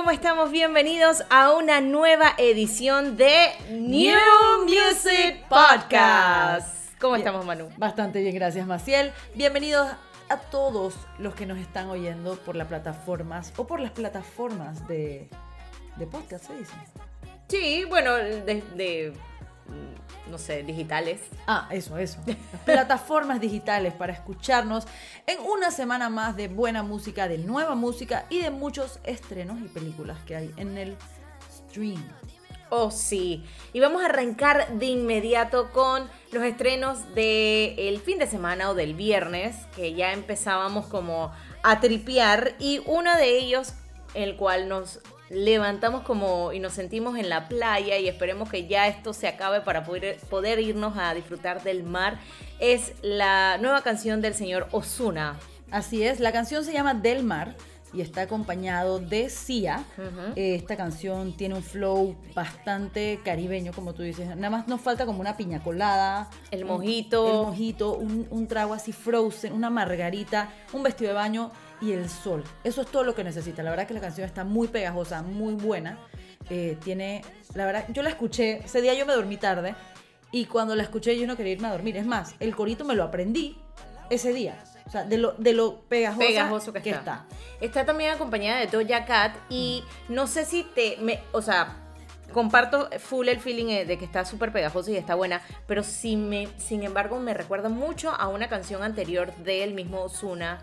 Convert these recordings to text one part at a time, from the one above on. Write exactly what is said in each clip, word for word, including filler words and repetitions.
¿Cómo estamos? Bienvenidos a una nueva edición de New Music Podcast. ¿Cómo Bien, estamos, Manu? Bastante bien, gracias, Maciel. Bienvenidos a todos los que nos están oyendo por las plataformas o por las plataformas de, de podcast, ¿se dice? Sí, bueno, de, de no sé, digitales. Ah, eso, eso. Las plataformas digitales para escucharnos en una semana más de buena música, de nueva música y de muchos estrenos y películas que hay en el stream. Oh, sí. Y vamos a arrancar de inmediato con los estrenos del fin de semana o del viernes, que ya empezábamos como a tripear, y uno de ellos, el cual nos levantamos como y nos sentimos en la playa y esperemos que ya esto se acabe para poder, poder irnos a disfrutar del mar, es la nueva canción del señor Ozuna. Así es, la canción se llama Del Mar y está acompañado de Sia. Uh-huh. eh, esta canción tiene un flow bastante caribeño, como tú dices. Nada más nos falta como una piña colada, el mojito, un, el mojito, un, un trago así frozen, una margarita, un vestido de baño y el sol. Eso es todo lo que necesita. La verdad que la canción está muy pegajosa, muy buena. Eh, tiene, la verdad, yo la escuché, ese día yo me dormí tarde y cuando la escuché yo no quería irme a dormir. Es más, el corito me lo aprendí ese día. O sea, de lo, de lo pegajosa pegajoso que, que está. está. Está también acompañada de Doja Cat y mm. no sé si te... Me, o sea, comparto full el feeling de que está súper pegajosa y está buena, pero sí me, sin embargo me recuerda mucho a una canción anterior del mismo Ozuna.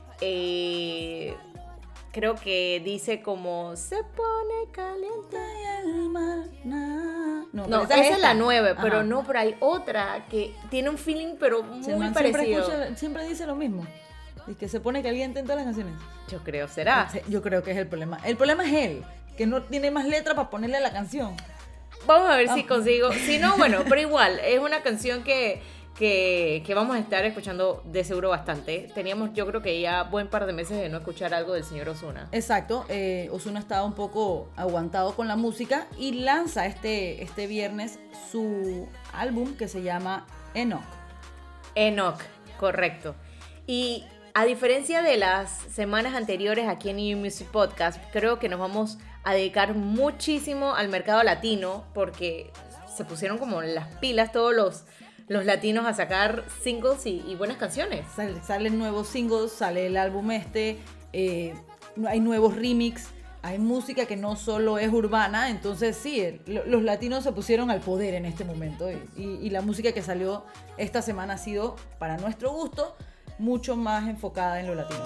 Eh, creo que dice como se pone caliente el mar. No, no esa, esa es la nueve, pero Ajá. no, pero hay otra que tiene un feeling pero muy sí, man, parecido. Siempre, escucha, siempre dice lo mismo. Y que se pone caliente en todas las canciones. Yo creo, ¿será? Yo creo que es el problema. El problema es él, que no tiene más letra para ponerle a la canción. Vamos a ver ah. si consigo. Si no, bueno, pero igual, es una canción que Que, que vamos a estar escuchando de seguro bastante. Teníamos, yo creo que ya buen par de meses de no escuchar algo del señor Ozuna. Exacto, eh, Ozuna estaba un poco aguantado con la música y lanza este, este viernes su álbum que se llama Enoch. Enoch, correcto. Y a diferencia de las semanas anteriores aquí en New Music Podcast, creo que nos vamos a dedicar muchísimo al mercado latino porque se pusieron como las pilas todos los... los latinos a sacar singles y, y buenas canciones. Sale, salen nuevos singles, sale el álbum este, eh, hay nuevos remix, hay música que no solo es urbana, entonces sí, el, los latinos se pusieron al poder en este momento y, y, y la música que salió esta semana ha sido, para nuestro gusto, mucho más enfocada en lo latino.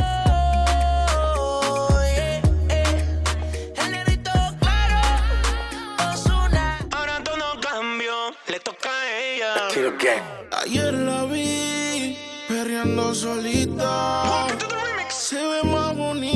Ayer la vi perreando solita, se ve más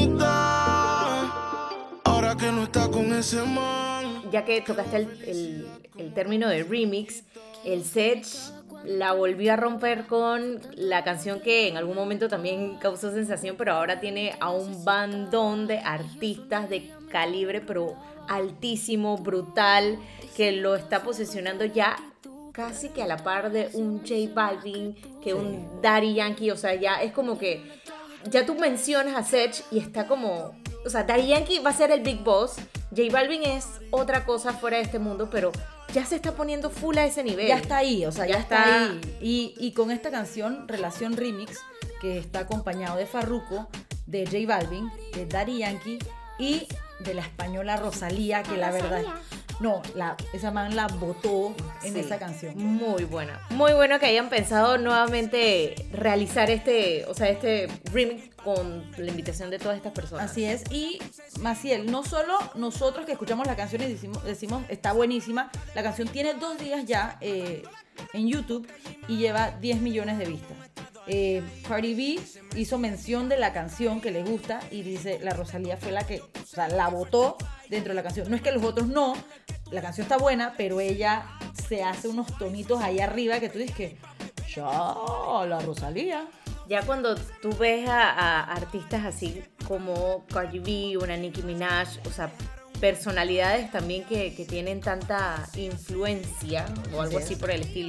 bonita ahora que no está con ese man. Ya que tocaste el, el, el término de remix, el Sech la volvió a romper con la canción que en algún momento también causó sensación, pero ahora tiene a un bandón de artistas de calibre pero altísimo, brutal, que lo está posicionando ya casi que a la par de un J Balvin, que sí. un Daddy Yankee, o sea, ya es como que, ya tú mencionas a Sech y está como, o sea, Daddy Yankee va a ser el Big Boss, J Balvin es otra cosa fuera de este mundo, pero ya se está poniendo full a ese nivel. Ya está ahí, o sea, ya, ya está, está ahí. Y, y con esta canción, Relación Remix, que está acompañado de Farruko, de J Balvin, de Daddy Yankee y de la española Rosalía, que la verdad... No, la, esa man la botó en sí, esa canción. Muy buena. Muy bueno que hayan pensado nuevamente realizar este, o sea, este remix con la invitación de todas estas personas. Así es. Y Maciel, no solo nosotros que escuchamos la canción y decimos, decimos está buenísima, la canción tiene dos días ya eh, en YouTube y lleva diez millones de vistas. Eh, Cardi B hizo mención de la canción que le gusta y dice, la Rosalía fue la que, o sea, la votó dentro de la canción. No es que los otros no, la canción está buena, pero ella se hace unos tonitos ahí arriba que tú dices que, ya, la Rosalía. Ya cuando tú ves a, a artistas así como Cardi B, una Nicki Minaj, o sea, personalidades también que, que tienen tanta influencia o algo así por el estilo,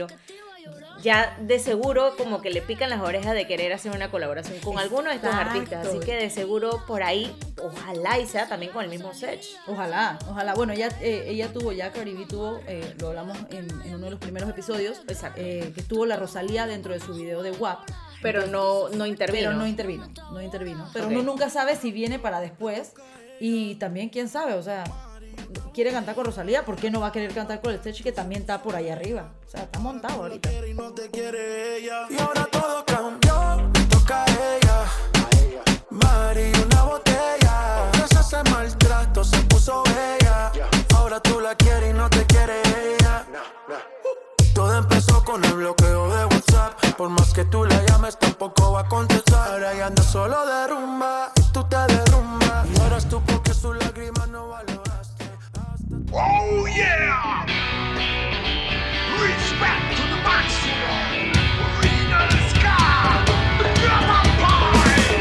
ya de seguro como que le pican las orejas de querer hacer una colaboración con Exacto. alguno de estos artistas, así que de seguro por ahí ojalá y sea también con el mismo Sech. Ojalá, ojalá. Bueno, ella, eh, ella tuvo, ya Cardi B tuvo, eh, lo hablamos en, en uno de los primeros episodios, eh, que tuvo la Rosalía dentro de su video de W A P. Pero entonces, no, no intervino. Pero no intervino, no intervino. Pero okay. Uno nunca sabe si viene para después. Y también, quién sabe, o sea, quiere cantar con Rosalía, ¿por qué no va a querer cantar con el Sech, que también está por ahí arriba? O sea, está montado ahorita. Y ahora todo cambió, toca a ella. Mari, una botella. Gracias al maltrato se puso bella. Ahora tú la quieres y no te quiere ella. Todo empezó con el bloqueo de WhatsApp. Por más que tú la llames, tampoco va a contestar. Ahora ya anda solo de rumba, tú te derrumbas. Y ahora es tú porque sus lágrimas no valoraste. Oh yeah! Reach back to the maximum. Arena the sky. Drama party.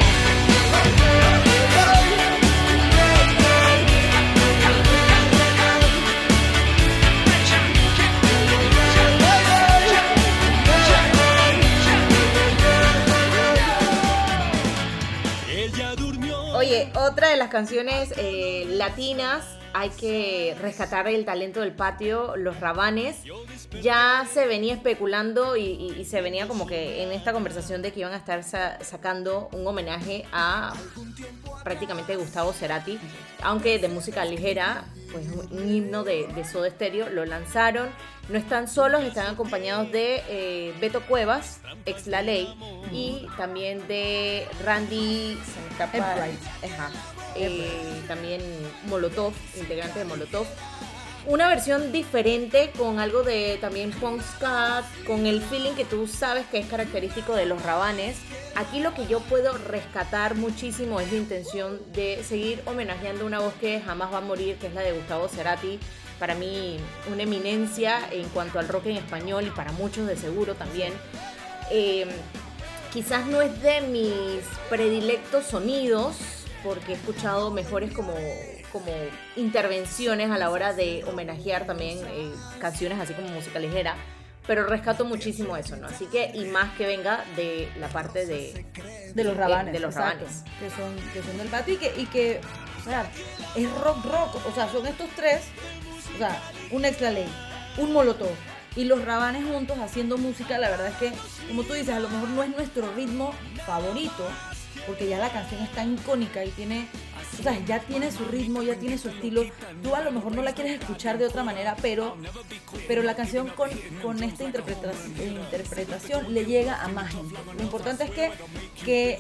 Oye, otra de las canciones eh, latinas, hay que rescatar el talento del patio, Los Rabanes. Ya se venía especulando y, y, y se venía como que en esta conversación de que iban a estar sa- sacando un homenaje a prácticamente Gustavo Cerati, aunque de música ligera, pues un himno de, de Soda Stereo, lo lanzaron. No están solos, están acompañados de eh, Beto Cuevas, ex La Ley, y también de Randy, se me escapa, ajá, eh, también Molotov, integrante de Molotov. Una versión diferente con algo de también punk ska, con el feeling que tú sabes que es característico de Los Rabanes. Aquí lo que yo puedo rescatar muchísimo es la intención de seguir homenajeando una voz que jamás va a morir, que es la de Gustavo Cerati. Para mí, una eminencia en cuanto al rock en español y para muchos de seguro también. Eh, quizás no es de mis predilectos sonidos, porque he escuchado mejores como, como intervenciones a la hora de homenajear también eh, canciones así como música ligera, pero rescato muchísimo eso, ¿no? Así que, y más que venga de la parte de, de los Rabanes, de, de los exacto, Rabanes. Que son, que son del patio y que, y que o sea, es rock rock, o sea, son estos tres, o sea, un ex La Ley, un Molotov y los Rabanes juntos haciendo música. La verdad es que, como tú dices, a lo mejor no es nuestro ritmo favorito, porque ya la canción es tan icónica y tiene, o sea, ya tiene su ritmo, ya tiene su estilo. Tú a lo mejor no la quieres escuchar de otra manera, pero, pero la canción con, con esta interpretación, interpretación le llega a más gente. Lo importante es que, que,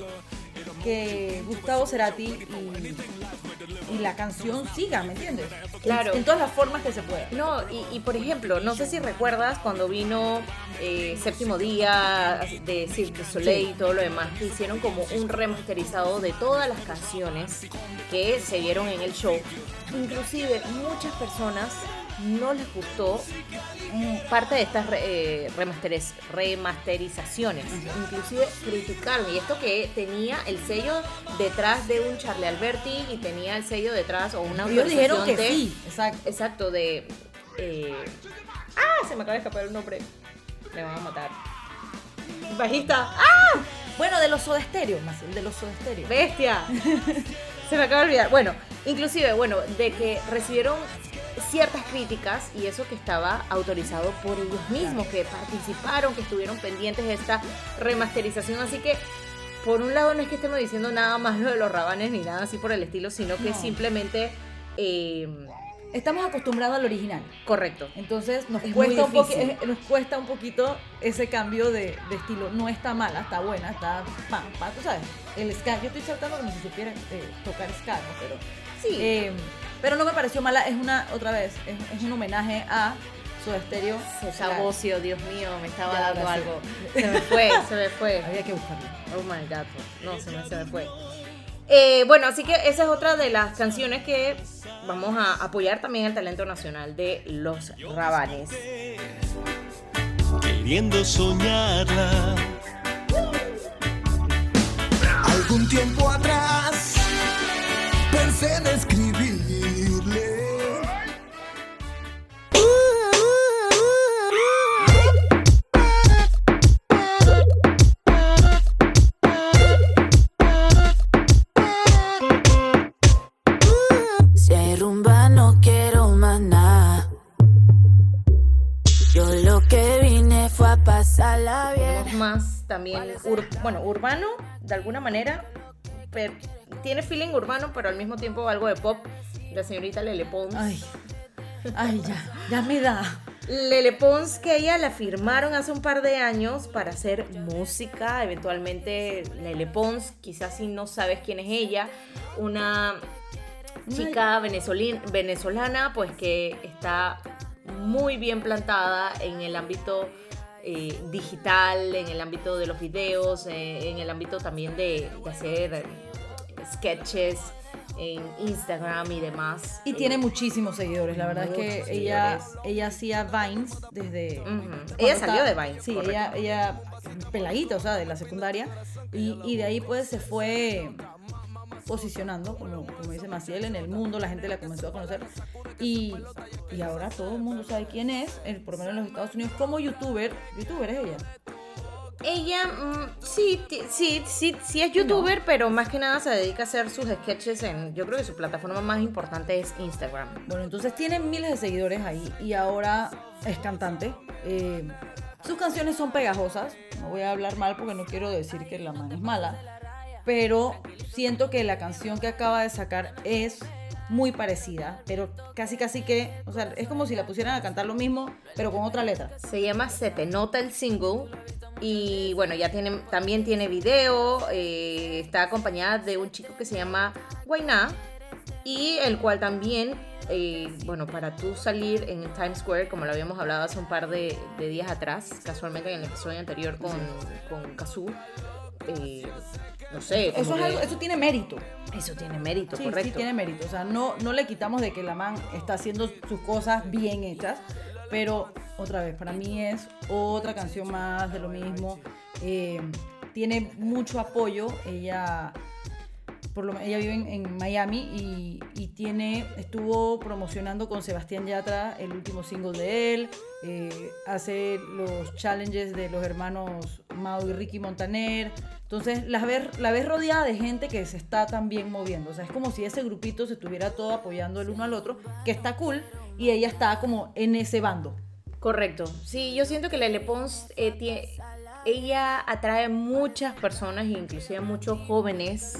que Gustavo Cerati y, y la canción siga, ¿me entiendes? Claro. En, en todas las formas que se pueda. No, y, y por ejemplo, no sé si recuerdas cuando vino eh, Séptimo Día de Cirque du Soleil, sí, y todo lo demás, que hicieron como un remasterizado de todas las canciones que se vieron en el show. Inclusive muchas personas no les gustó parte de estas eh, remasteriz- remasterizaciones. Uh-huh. Inclusive criticaron, y esto que tenía el sello detrás de un Charlie Alberti y tenía el sello detrás o una autorización. Ellos dijeron que de, sí, exacto. Exacto, de eh, ah, se me acaba de escapar el nombre. Me van a matar. Bajista. ¡Ah! Bueno, de los Soda Stereo, más el de los Soda Stereo. Bestia. Se me acaba de olvidar. Bueno, inclusive, bueno, de que recibieron ciertas críticas, y eso que estaba autorizado por ellos mismos, que participaron, que estuvieron pendientes de esta remasterización. Así que, por un lado, no es que estemos diciendo nada más lo de los Rabanes ni nada así por el estilo, sino que no. simplemente eh, estamos acostumbrados al original. Correcto. Entonces nos cuesta, un poqu- nos cuesta un poquito ese cambio de, de estilo. No está mala, está buena, está pam, pam, tú sabes. El ska, yo estoy saltando como si supiera eh, tocar ska, ¿no? Pero sí. Eh, pero no me pareció mala, es una, otra vez, es, es un homenaje a Soda Stereo. Sabocio, Dios mío, me estaba ya, dando algo. Se me fue, se me fue. Había que buscarlo. Oh my God, no, se me, se me fue. Eh, bueno, así que esa es otra de las canciones que vamos a apoyar también el talento nacional de los Rabanes. Queriendo soñarla. Algún tiempo atrás pensé en escribirle. pásala bien. Tenemos más también, ur- bueno, urbano, de alguna manera, pero tiene feeling urbano, pero al mismo tiempo algo de pop. La señorita Lele Pons. Ay, ay, ya, ya me da. Lele Pons, que ella la firmaron hace un par de años para hacer música. Eventualmente Lele Pons, quizás si no sabes quién es ella, una chica venezolin- venezolana pues que está muy bien plantada en el ámbito eh, digital, en el ámbito de los videos, eh, en el ámbito también de, de hacer eh, sketches en Instagram y demás. Y Eh, tiene muchísimos seguidores, la verdad es que muchos ella, seguidores. ella hacía Vines desde... Ujú. cuando Ella salió estaba- de Vines, Sí, correcto. ella, ella peladita, o sea, de la secundaria, y, y de ahí pues se fue posicionando, como, como dice Maciel, en el mundo, la gente la comenzó a conocer, y, y ahora todo el mundo sabe quién es, en- por lo menos en los Estados Unidos, como youtuber. Youtuber es ella. Ella, mm, sí, ti- sí, sí, sí es youtuber, pero más que nada se dedica a hacer sus sketches en, yo creo que su plataforma más importante es Instagram. Bueno, entonces tiene miles de seguidores ahí y ahora es cantante. Eh, sus canciones son pegajosas. No voy a hablar mal porque no quiero decir que la man es mala. Pero siento que la canción que acaba de sacar es muy parecida. Pero casi casi que, o sea, es como si la pusieran a cantar lo mismo, pero con otra letra. Se llama Se Te Nota el Single. Y bueno, ya tiene, también tiene video. eh, está acompañada de un chico que se llama Guainá. Y el cual también, eh, bueno, para tú salir en Times Square, como lo habíamos hablado hace un par de, de días atrás, casualmente en el episodio anterior con, con Kazoo, eh, no sé. como Eso, es que- algo, eso tiene mérito. eso tiene mérito, Sí, correcto. sí tiene mérito. O sea, no, no le quitamos de que la man está haciendo sus cosas bien hechas. Pero otra vez, para mí es otra canción más de lo mismo. Eh, tiene mucho apoyo. Ella, por lo, ella vive en, en Miami y, y tiene, estuvo promocionando con Sebastián Yatra el último single de él. Eh, hace los challenges de los hermanos Mau y Ricky Montaner. Entonces la ves, la ves rodeada de gente que se está también moviendo. O sea, es como si ese grupito se estuviera todo apoyando el uno al otro, que está cool, y ella está como en ese bando. Correcto. Sí, yo siento que Lele Pons, eh, tie- ella atrae muchas personas, inclusive muchos jóvenes,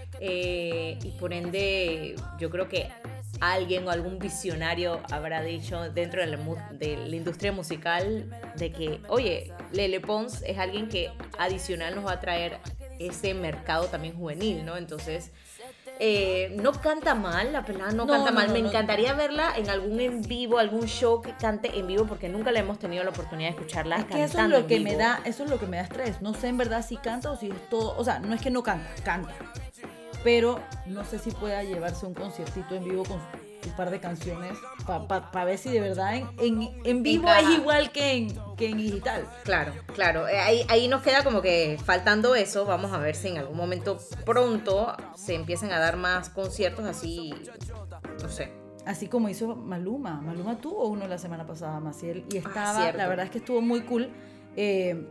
eh, y por ende yo creo que alguien o algún visionario habrá dicho dentro de la, mu- de la industria musical de que, oye, Lele Pons es alguien que adicional nos va a traer ese mercado también juvenil, ¿no? Entonces, eh, no canta mal, la pelada no, No, canta no, mal. no, Me no. encantaría verla en algún en vivo, algún show que cante en vivo, porque nunca le hemos tenido la oportunidad de escucharla Es que eso es cantando lo en que vivo. me da, eso es lo que me da estrés. No sé en verdad si canta o si es todo, o sea, no es que no canta, canta. Pero no sé si pueda llevarse un conciertito en vivo con un par de canciones para pa, pa ver si de verdad en, en, en vivo Encaja. es igual que en, que en digital. Claro, claro. Eh, Ahí, ahí nos queda como que faltando eso. Vamos a ver si en algún momento pronto se empiezan a dar más conciertos así, no sé. Así como hizo Maluma. Maluma tuvo uno la semana pasada, Maciel, y estaba, cierto. la verdad es que estuvo muy cool. Eh,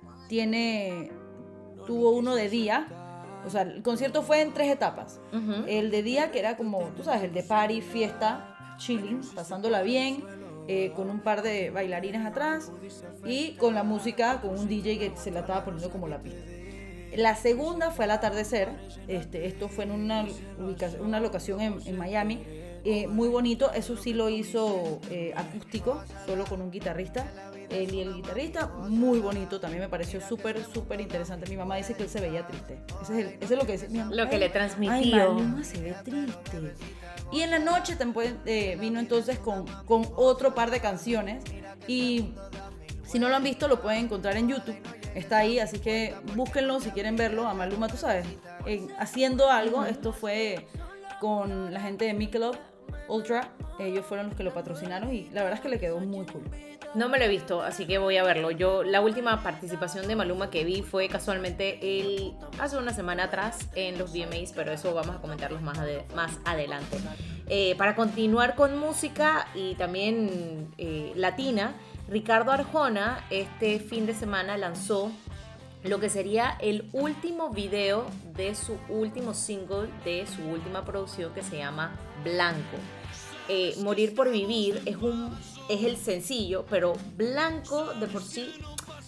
tiene, tuvo uno de día. O sea, el concierto fue en tres etapas. Ujú. El de día, que era como, tú sabes, el de party, fiesta, chilling, pasándola bien, eh, con un par de bailarines atrás y con la música, con un D J que se la estaba poniendo como la pista. La segunda fue al atardecer. Este, esto fue en una, ubicación, una locación en, en Miami. Eh, muy bonito. Eso sí lo hizo eh, acústico, solo con un guitarrista. Él y el guitarrista, muy bonito. También me pareció súper, súper interesante. Mi mamá dice que él se veía triste. Ese es, el- eso es lo que dice mi mamá. Lo que Ay, le transmitió. Ay, Maluma se ve triste. Y en la noche también eh, vino entonces con, con otro par de canciones. Y si no lo han visto, lo pueden encontrar en YouTube. Está ahí, así que búsquenlo si quieren verlo. A Maluma, tú sabes, en- haciendo algo. Esto fue con la gente de Michelob Ultra. Ellos fueron los que lo patrocinaron y la verdad es que le quedó muy cool. No me lo he visto, así que voy a verlo. Yo la última participación de Maluma que vi fue casualmente el, hace una semana atrás en los V M As, pero eso vamos a comentarlos más, ade- más adelante. Eh, para continuar con música y también eh, latina, Ricardo Arjona este fin de semana lanzó lo que sería el último video de su último single de su última producción que se llama Blanco. Eh, Morir por Vivir es un es el sencillo, pero Blanco de por sí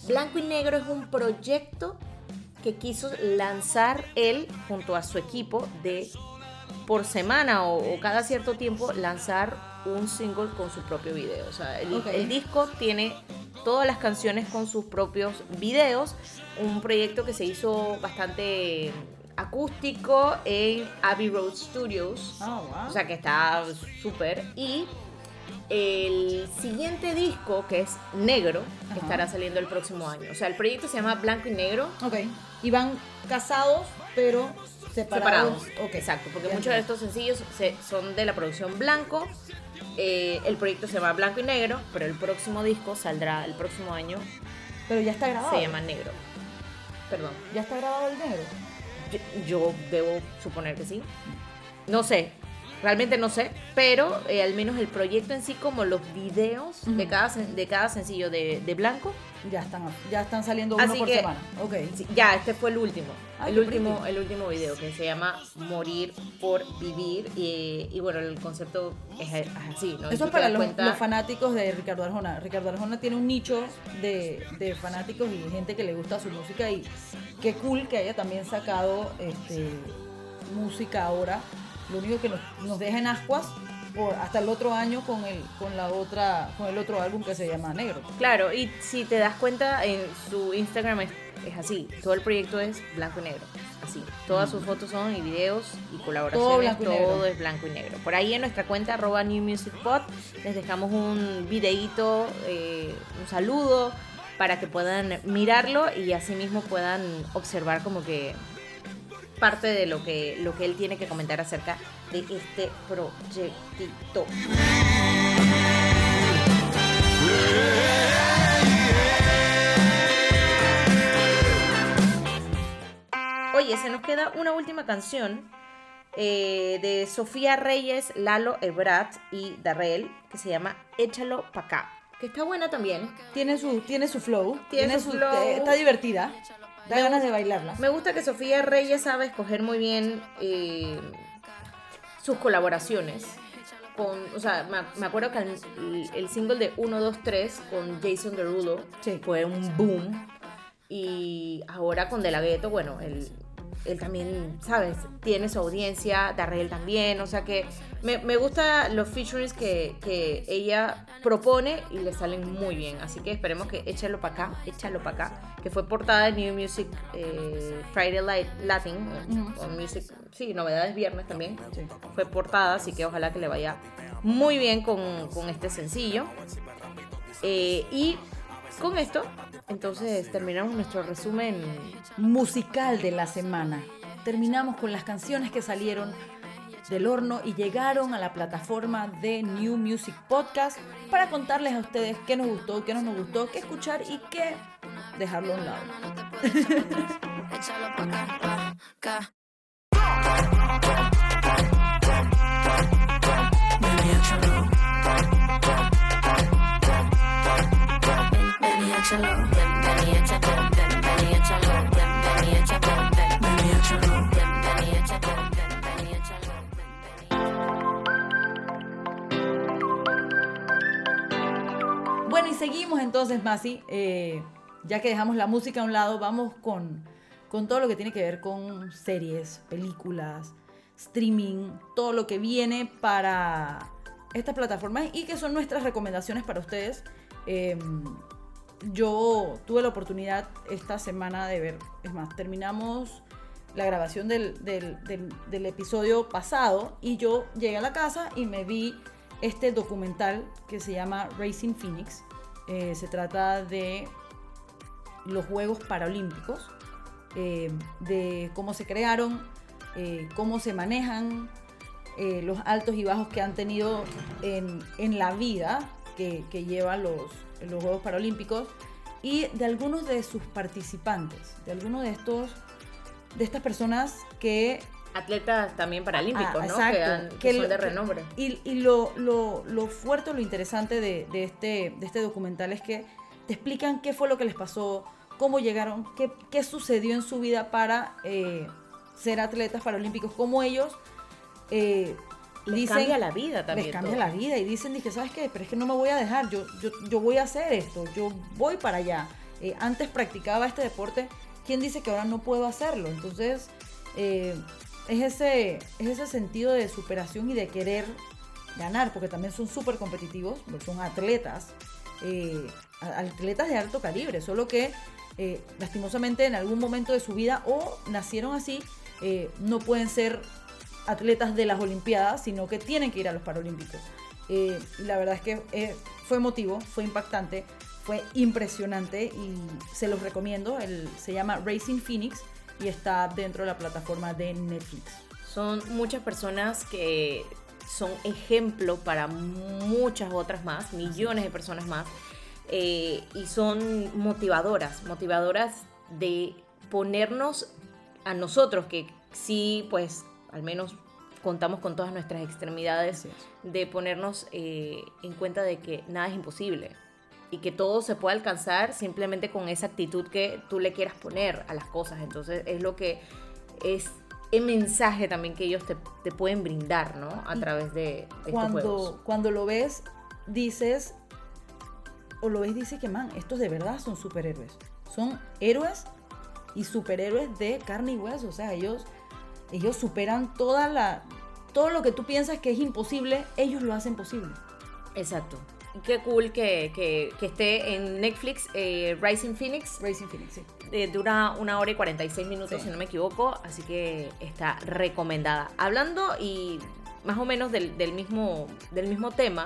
Blanco y Negro es un proyecto que quiso lanzar él junto a su equipo de por semana o, o cada cierto tiempo lanzar un single con su propio video. O sea, el, Okay. el disco tiene todas las canciones con sus propios videos. Un proyecto que se hizo bastante acústico en Abbey Road Studios. Oh, wow. O sea, que está súper. Y el siguiente disco, que es Negro, Ajá. estará saliendo el próximo año. O sea, el proyecto se llama Blanco y Negro. Ok. Y van casados, pero separados. Separados. Ok. Exacto, porque Ya muchos de entiendo. estos sencillos se- son de la producción Blanco. Eh, el proyecto se llama Blanco y Negro, pero el próximo disco saldrá el próximo año. Pero ya está grabado. Se llama Negro. Perdón. Ya está grabado el negro. Yo, yo debo suponer que sí. No sé. Realmente no sé, pero eh, al menos el proyecto en sí, como los videos de, Ujú. cada, sen- de cada sencillo de, de Blanco. Ya están, ya están saliendo uno Así por que- semana. Ok. Sí, ya, este fue el último. Ay, el qué último, pretty. el último video que se llama Morir por Vivir. Y, y bueno, el concepto es, es así, ¿no? Y Eso tú es te para das los, cuenta- los fanáticos de Ricardo Arjona. Ricardo Arjona tiene un nicho de, de fanáticos y gente que le gusta su música y qué cool que haya también sacado este, música ahora. Lo único que nos, nos deja en ascuas por hasta el otro año con el con la otra con el otro álbum que se llama Negro. Claro, y si te das cuenta, en su Instagram es, es así. Todo el proyecto es blanco y negro. Así. Todas sus fotos son y videos y colaboraciones. Todo blanco y negro. Todo es blanco y negro. Por ahí en nuestra cuenta, arroba New Music Pod, les dejamos un videíto, eh, un saludo, para que puedan mirarlo y así mismo puedan observar como que parte de lo que, lo que él tiene que comentar acerca de este proyectito. Oye, se nos queda una última canción eh, de Sofía Reyes, Lalo Ebrat y Darrell, que se llama Échalo pa' acá, que está buena también. Tiene su tiene su flow, Tiene su flow. eh, está divertida. Da Me ganas gusta- de bailarla. Me gusta que Sofía Reyes sabe escoger muy bien eh, sus colaboraciones. Con, o sea, me, me acuerdo que el, el single de uno, dos, tres con Jason Derulo Sí. fue un boom. Y ahora con De La Ghetto, bueno, él, él también, ¿sabes? Tiene su audiencia, Darrell también. O sea que me, me gusta los featurings que, que ella propone y le salen muy bien. Así que esperemos que échalo para acá, échalo para acá. Que fue portada de New Music eh, Friday Light Latin, o- Ujú. o Music, sí, Novedades Viernes también. Sí. Fue portada, así que ojalá que le vaya muy bien con, con este sencillo. Eh, y con esto, entonces terminamos nuestro resumen. Musical de la semana. Terminamos con las canciones que salieron del horno y llegaron a la plataforma de New Music Podcast para contarles a ustedes qué nos gustó, qué no nos gustó, qué escuchar y qué dejarlo a un lado. Échalo pa' acá, pa' acá. Baby, échalo. Baby, échalo. Baby, échalo. Baby, échalo. Baby, échalo. Baby, échalo. Baby, échalo. Baby, échalo. Bueno, y seguimos entonces, Masi. Eh, ya que dejamos la música a un lado, vamos con, con todo lo que tiene que ver con series, películas, streaming, todo lo que viene para estas plataformas y que son nuestras recomendaciones para ustedes. Eh, yo tuve la oportunidad esta semana de ver, es más, terminamos la grabación del, del, del, del episodio pasado y yo llegué a la casa y me vi este documental que se llama Racing Phoenix. Eh, se trata de los Juegos Paralímpicos, eh, de cómo se crearon, eh, cómo se manejan, eh, los altos y bajos que han tenido en, en la vida que, que llevan los, los Juegos Paralímpicos y de algunos de sus participantes, de algunos de estos de estas personas que Atletas también paralímpicos, Ah, ¿no? exacto. Que, han- que Que son lo- de que- renombre. Y, y lo, lo, lo fuerte o lo interesante de, de este, de este documental es que te explican qué fue lo que les pasó, cómo llegaron, qué, qué sucedió en su vida para eh, ser atletas paralímpicos, cómo ellos eh, Les dicen, cambia la vida también. les cambia todo. la vida y dicen, dije, ¿sabes qué? Pero es que no me voy a dejar, yo, yo, yo voy a hacer esto, yo voy para allá. eh, antes practicaba este deporte, ¿quién dice que ahora no puedo hacerlo? Entonces, eh, es, ese, es ese sentido de superación y de querer ganar, porque también son súper competitivos, porque son atletas, eh, atletas de alto calibre, solo que eh, lastimosamente en algún momento de su vida o nacieron así, eh, no pueden ser atletas de las Olimpiadas, sino que tienen que ir a los Paralímpicos. Eh, y la verdad es que eh, fue emotivo, fue impactante, fue impresionante y se los recomiendo. El, se llama Racing Phoenix y está dentro de la plataforma de Netflix. Son muchas personas que son ejemplo para muchas otras más, millones de personas más, eh, y son motivadoras, motivadoras de ponernos a nosotros, que sí, pues, al menos contamos con todas nuestras extremidades, de ponernos eh, en cuenta de que nada es imposible y que todo se puede alcanzar simplemente con esa actitud que tú le quieras poner a las cosas. Entonces es lo que es el mensaje también que ellos te, te pueden brindar, ¿no? A y través de, de cuando, estos juegos. Cuando lo ves, dices, o lo ves, dices que, man, estos de verdad son superhéroes. Son héroes y superhéroes de carne y hueso. O sea, ellos, ellos superan toda la, todo lo que tú piensas que es imposible, ellos lo hacen posible. Exacto. Qué cool que, que, que esté en Netflix, eh, Racing Phoenix. Racing Phoenix, sí. Eh, dura una hora y cuarenta y seis minutos, Sí. si no me equivoco, así que está recomendada. Hablando y más o menos del, del, mismo, del mismo tema,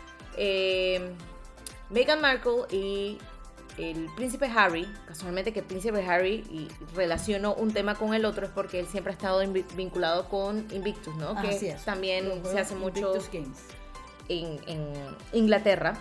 eh, Meghan Markle y el príncipe Harry, casualmente que el príncipe Harry, y relaciono un tema con el otro, es porque él siempre ha estado invi- vinculado con Invictus, ¿no? Así que es. también Los se juegos hace mucho Invictus Games. en, en Inglaterra.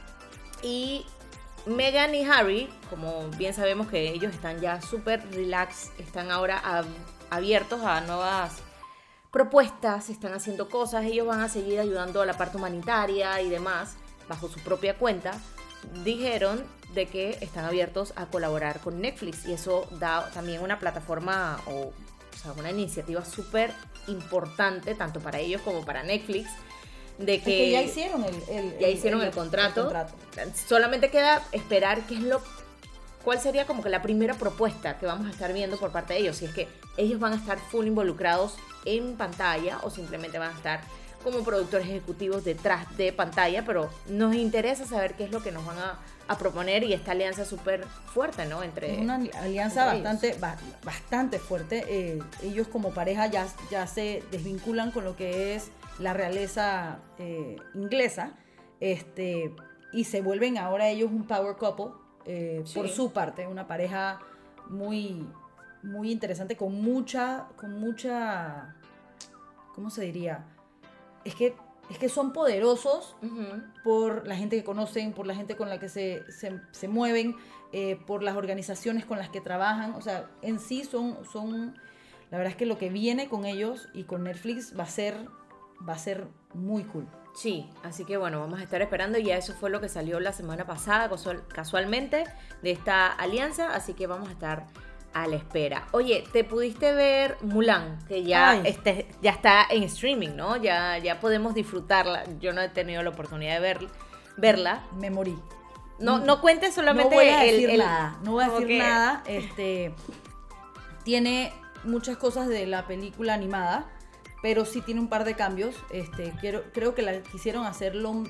Y Meghan y Harry, como bien sabemos que ellos están ya súper relax, están ahora ab- abiertos a nuevas propuestas, están haciendo cosas, ellos van a seguir ayudando a la parte humanitaria y demás, bajo su propia cuenta. Dijeron de que están abiertos a colaborar con Netflix y eso da también una plataforma o, o sea, una iniciativa súper importante tanto para ellos como para Netflix, de que, Es que ya hicieron el, el- ya el- hicieron el, el- contrato. el contrato. Solamente queda esperar qué es lo cuál sería como que la primera propuesta que vamos a estar viendo por parte de ellos, si es que ellos van a estar full involucrados en pantalla o simplemente van a estar como productores ejecutivos detrás de pantalla, pero nos interesa saber qué es lo que nos van a, a proponer y esta alianza súper fuerte, ¿no? Entre Es una alianza entre bastante, ba- bastante fuerte. Eh, ellos como pareja ya, ya se desvinculan con lo que es la realeza eh, inglesa, este, y se vuelven ahora ellos un power couple eh, Sí. por su parte, una pareja muy, muy interesante, con mucha, con mucha, ¿cómo se diría? Es que, es que son poderosos Ujú. por la gente que conocen, por la gente con la que se, se, se mueven, eh, por las organizaciones con las que trabajan. O sea, en sí son, son, la verdad es que lo que viene con ellos y con Netflix va a ser, va a ser muy cool. Sí, así que bueno, vamos a estar esperando. Ya eso fue lo que salió la semana pasada, casual- casualmente, de esta alianza, así que vamos a estar a la espera. Oye, ¿te pudiste ver Mulan? Que ya, Ay. este, ya está en streaming, ¿no? Ya, ya podemos disfrutarla. Yo no he tenido la oportunidad de ver, verla. Me morí. No, no cuentes solamente no voy a el- decir el- nada, no voy a como decir que- nada. Este, tiene muchas cosas de la película animada, pero sí tiene un par de cambios. Este, quiero, creo que la quisieron hacer lo,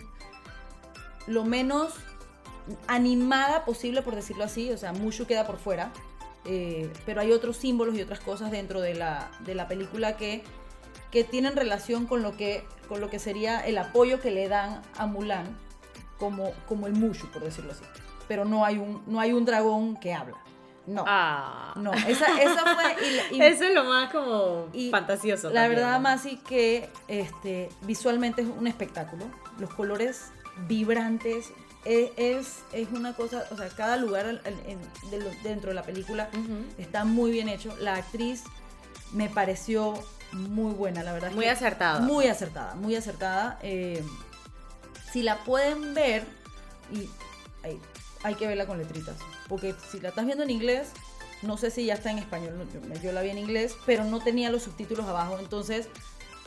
lo menos animada posible, por decirlo así. O sea, Mushu queda por fuera. Eh, pero hay otros símbolos y otras cosas dentro de la, de la película que, que tienen relación con lo que, con lo que sería el apoyo que le dan a Mulan como, como el Mushu, por decirlo así. Pero no hay un, no hay un dragón que habla. No. Ah. No, esa, esa fue... y la- y- Eso es lo más como y fantasioso. La también, verdad, ¿no? Masi, que este, visualmente es un espectáculo. Los colores vibrantes. e- Es, es una cosa, o sea, cada lugar al- al- en- de lo- dentro de la película Ujú. está muy bien hecho. La actriz me pareció muy buena, la verdad. es Muy que- acertada. Muy acertada, muy acertada. Eh, si la pueden ver, y hay, hay que verla con letritas. Porque si la estás viendo en inglés, no sé si ya está en español. no, Yo, yo la vi en inglés, pero no tenía los subtítulos abajo. Entonces,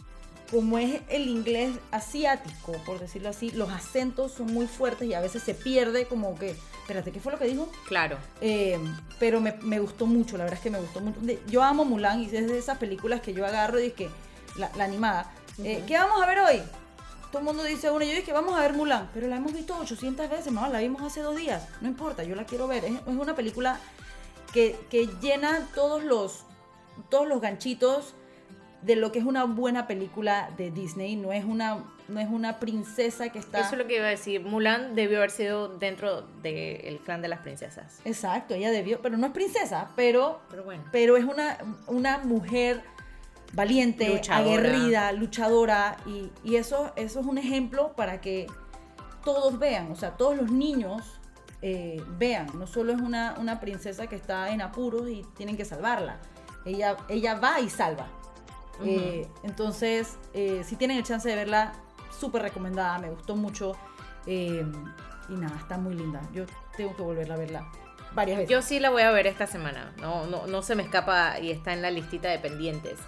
como es el inglés asiático, por decirlo así, los acentos son muy fuertes y a veces se pierde como que, espérate, ¿qué fue lo que dijo? Claro. Eh, pero me, me gustó mucho, la verdad es que me gustó mucho. De- yo amo Mulan y es de esas películas que yo agarro y es que, la, la animada, eh, ¿qué vamos a ver hoy? Todo el mundo dice una, yo dije, vamos a ver Mulan, pero la hemos visto ochocientas veces, mamá, la vimos hace dos días, no importa, yo la quiero ver. Es, es una película que, que llena todos los, todos los ganchitos de lo que es una buena película de Disney. No es una, no es una princesa que está... Eso es lo que iba a decir. Mulan debió haber sido dentro del clan de las princesas. Exacto, ella debió, pero no es princesa, pero, Pero bueno. pero es una, una mujer valiente, Luchadora. aguerrida, luchadora, y, y eso, eso es un ejemplo para que todos vean, o sea, todos los niños eh, vean. No solo es una, una princesa que está en apuros y tienen que salvarla, ella, ella va y salva. Ujú. Eh, entonces, eh, si tienen el chance de verla, súper recomendada, me gustó mucho. eh, y nada, está muy linda. Yo tengo que volverla a verla varias veces. Yo sí la voy a ver esta semana. No, no, no se me escapa y está en la listita de pendientes.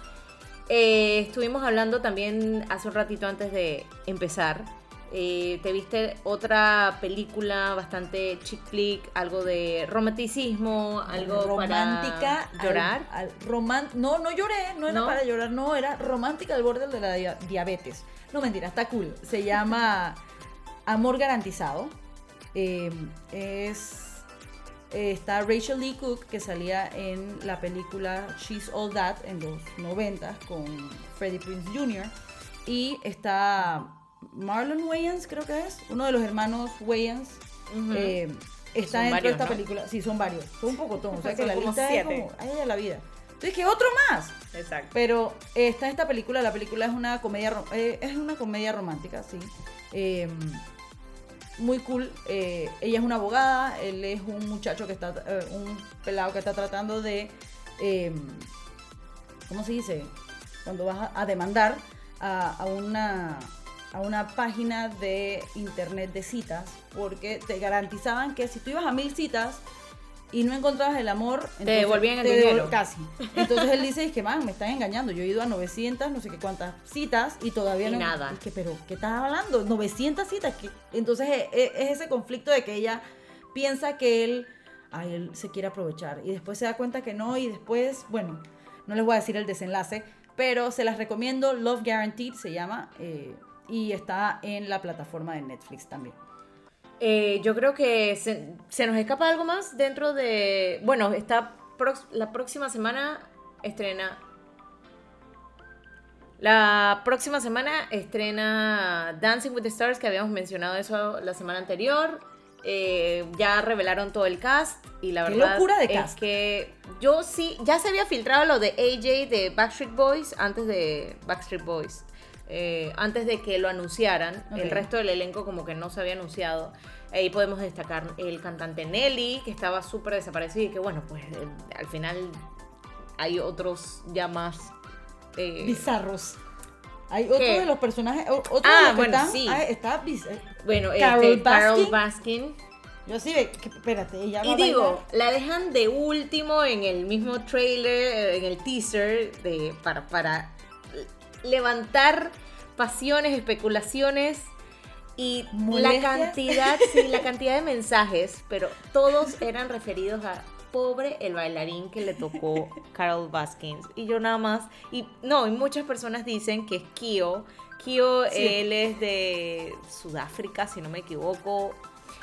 Eh, estuvimos hablando también hace un ratito antes de empezar. Eh, ¿Te viste otra película bastante chick flick? Algo de romanticismo, algo romántica para llorar. al- al roman- no, no lloré, no era ¿No? para llorar, no, era romántica al borde de la dia- diabetes. No, mentira, está cool. Se llama Amor Garantizado. Eh, es eh, está Rachel Lee Cook, que salía en la película She's All That en los noventas con Freddie Prinze junior Y está Marlon Wayans, creo que es, uno de los hermanos Wayans. Ujú. eh, está Son dentro varios, de esta ¿no? película. Sí, son varios. Son un pocotón. O sea que Son la como lista siete. es como, ay, de la vida. Entonces, que otro más. Exacto. Pero eh, está esta película, la película es una comedia, ro- eh, es una comedia romántica, sí. Eh, muy cool. Eh, ella es una abogada, él es un muchacho que está, eh, un pelado que está tratando de, eh, ¿cómo se dice? Cuando vas a, a demandar a, a una a una página de internet de citas, porque te garantizaban que si tú ibas a mil citas y no encontrabas el amor, entonces devolvían el te dinero. devol- casi. Entonces él dice, es que man, me están engañando. Yo he ido a novecientas, no sé qué cuántas citas y todavía Y no. nada. Es que, pero, ¿qué estás hablando? novecientas citas. ¿Qué? Entonces es, es- es ese conflicto de que ella piensa que él, ay, él se quiere aprovechar. Y después se da cuenta que no. Y después, bueno, no les voy a decir el desenlace, pero se las recomiendo. Love Guaranteed se llama. eh, y está en la plataforma de Netflix también. Eh, yo creo que se, se nos escapa algo más dentro de... Bueno, está prox- la próxima semana estrena... La próxima semana estrena Dancing with the Stars, que habíamos mencionado eso la semana anterior. Eh, ya revelaron todo el cast y la ¡Qué verdad locura de es cast! que yo sí, ya se había filtrado lo de A J de Backstreet Boys antes de Backstreet Boys. Eh, antes de que lo anunciaran, Ok. el resto del elenco como que no se había anunciado. Ahí podemos destacar el cantante Nelly, que estaba súper desaparecido y que bueno, pues eh, al final hay otros ya más... eh, Bizarros. Hay otro ¿Qué? de los personajes, o- otro Ah, de los que bueno, están, sí. ah, está biz- eh, bueno, Carol este, Carol Baskin. Baskin. Yo sí, ve, que- espérate, ella va Y a digo, bailar. la dejan de último en el mismo trailer, eh, en el teaser, de, para, para levantar pasiones, especulaciones y la ¿Molestias? cantidad, sí, la cantidad de mensajes, pero todos eran referidos a pobre el bailarín que le tocó Carol Baskins. Y yo nada más, y no, y muchas personas dicen que es Kio. Kio, Sí. él es de Sudáfrica, si no me equivoco.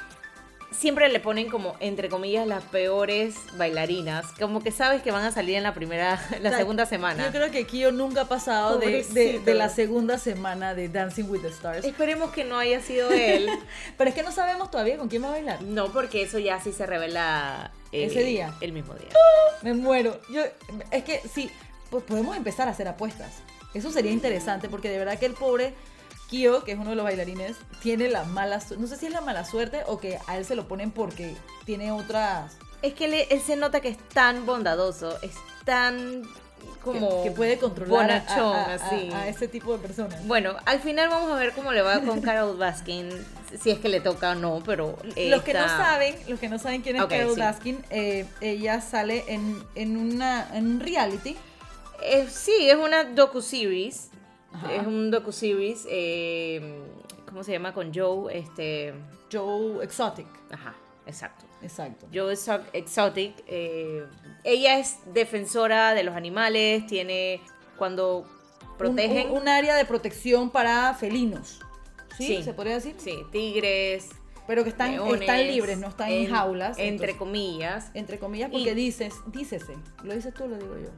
Siempre le ponen como, entre comillas, las peores bailarinas. Como que sabes que van a salir en la primera, la O sea, segunda semana. Yo creo que Kio nunca ha pasado de, de, Pobrecito. de la segunda semana de Dancing with the Stars. Esperemos que no haya sido él. Pero es que no sabemos todavía con quién va a bailar. No, porque eso ya sí se revela eh, Ese día. El mismo día. Me muero. Yo, es que sí, pues podemos empezar a hacer apuestas. Eso sería interesante porque de verdad que el pobre Kio, que es uno de los bailarines, tiene la mala suerte. No sé si es la mala suerte o que a él se lo ponen porque tiene otras... Es que él, él se nota que es tan bondadoso, es tan como que, que puede controlar a- bonachón, a, a- así. a ese tipo de personas. Bueno, al final vamos a ver cómo le va con Carol Baskin, si es que le toca o no, pero... Los que no esta- saben, los que no saben quién es Ok, Carol sí. Baskin, eh, ella sale en, en, una, en un reality. Eh, sí, es una docu-series Ajá. Es un docuseries, eh, ¿cómo se llama? Con Joe, este... Joe Exotic. Ajá, exacto. Exacto. Joe Exo- Exotic, eh, ella es defensora de los animales, tiene, cuando protegen... Un, un- un área de protección para felinos. ¿Sí? Sí. ¿Se podría decir? Sí, tigres, Pero que están, leones, están libres, no están en, en- jaulas. entre entonces- comillas. entre comillas, porque Y- dices, dícese, ¿lo dices tú o lo digo yo?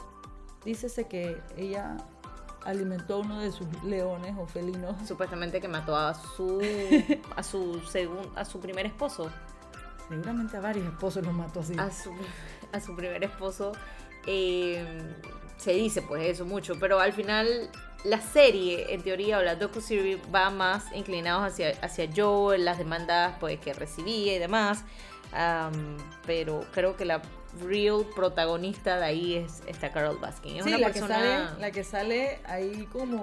Dícese que ella alimentó a uno de sus leones o felinos. Supuestamente que mató a su a su segun, a su primer esposo, Seguramente a varios esposos los mató así. a su a su primer esposo. eh, se dice pues eso mucho, pero al final la serie, en teoría, o la docuseries va más inclinados hacia hacia Joe, las demandas pues que recibía y demás. Am, pero creo que la real protagonista de ahí es esta Carole Baskin. Es Sí, una la, persona... que sale, la que sale ahí como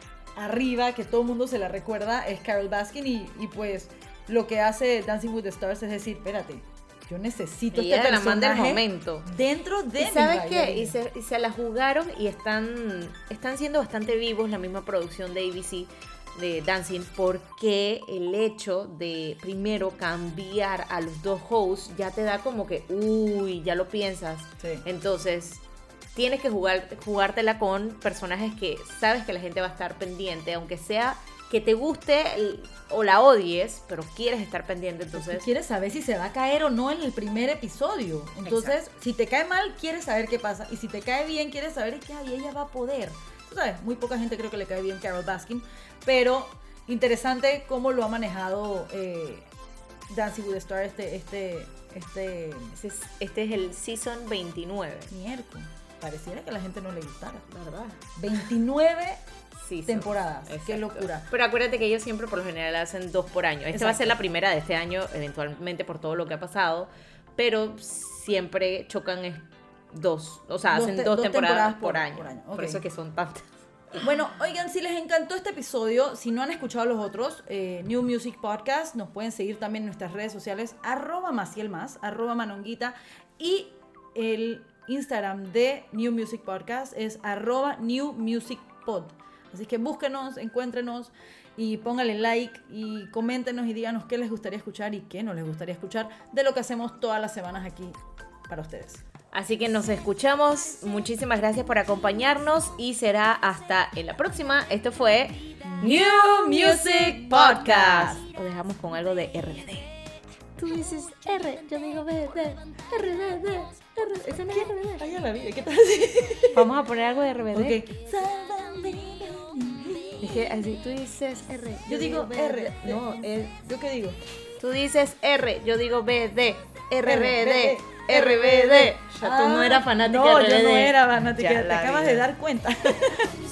arriba, que todo el mundo se la recuerda, es Carole Baskin. Y, y pues lo que hace Dancing with the Stars es decir, espérate, yo necesito Ella este te la manda el personaje momento. dentro de ¿Y mi sabes qué? bailarina. Y se, y se la jugaron y están, están siendo bastante vivos la misma producción de A B C de Dancing, porque el hecho de primero cambiar a los dos hosts ya te da como que, uy, ya lo piensas. Sí. Entonces, tienes que jugar, jugártela con personajes que sabes que la gente va a estar pendiente, aunque sea que te guste el- o la odies, pero quieres estar pendiente, entonces... Quieres saber si se va a caer o no en el primer episodio. Entonces, si te cae mal, quieres saber qué pasa. Y si te cae bien, quieres saber que ay, ella va a poder. Tú sabes, muy poca gente creo que le cae bien Carole Baskin. Pero interesante cómo lo ha manejado eh, Dancing with the Stars este, este, este Este es, este es el season veintinueve. miércoles. Pareciera que a la gente no le gustara. ¿Verdad? veintinueve Sí, temporadas. Qué Exacto. locura. Pero acuérdate que ellos siempre por lo general hacen dos por año. Esta va a ser Exacto. la primera de este año, eventualmente por todo lo que ha pasado, pero siempre chocan es dos, o sea, Dos hacen te- dos, dos temporadas, temporadas por, por- año. por año, Por ok. eso es que son tantas. Bueno, oigan, si les encantó este episodio, si no han escuchado los otros, eh, New Music Podcast, nos pueden seguir también en nuestras redes sociales, arroba Maciel Más, arroba Manonguita, y el Instagram de New Music Podcast es arroba New Music Pod. Así que búsquenos, encuéntrenos y pónganle like y coméntenos y díganos qué les gustaría escuchar y qué no les gustaría escuchar de lo que hacemos todas las semanas aquí para ustedes. Así que nos escuchamos. Muchísimas gracias por acompañarnos y será hasta en la próxima. Esto fue New Music Podcast. Lo dejamos con algo de R B D. Tú dices R, yo digo B D. R B D. R, esa no es R B D. Ay, a la vida, ¿qué tal así? Vamos a poner algo de R B D. Ok. Es que así tú dices R. Yo digo B D. R. No, es- ¿Yo qué digo? tú dices R, yo digo B D. R B D. R B D. R B D. Ya tú no Ah, eras fanática no, de R B D. yo no era fanática. Ya Te la acabas de vida. dar cuenta.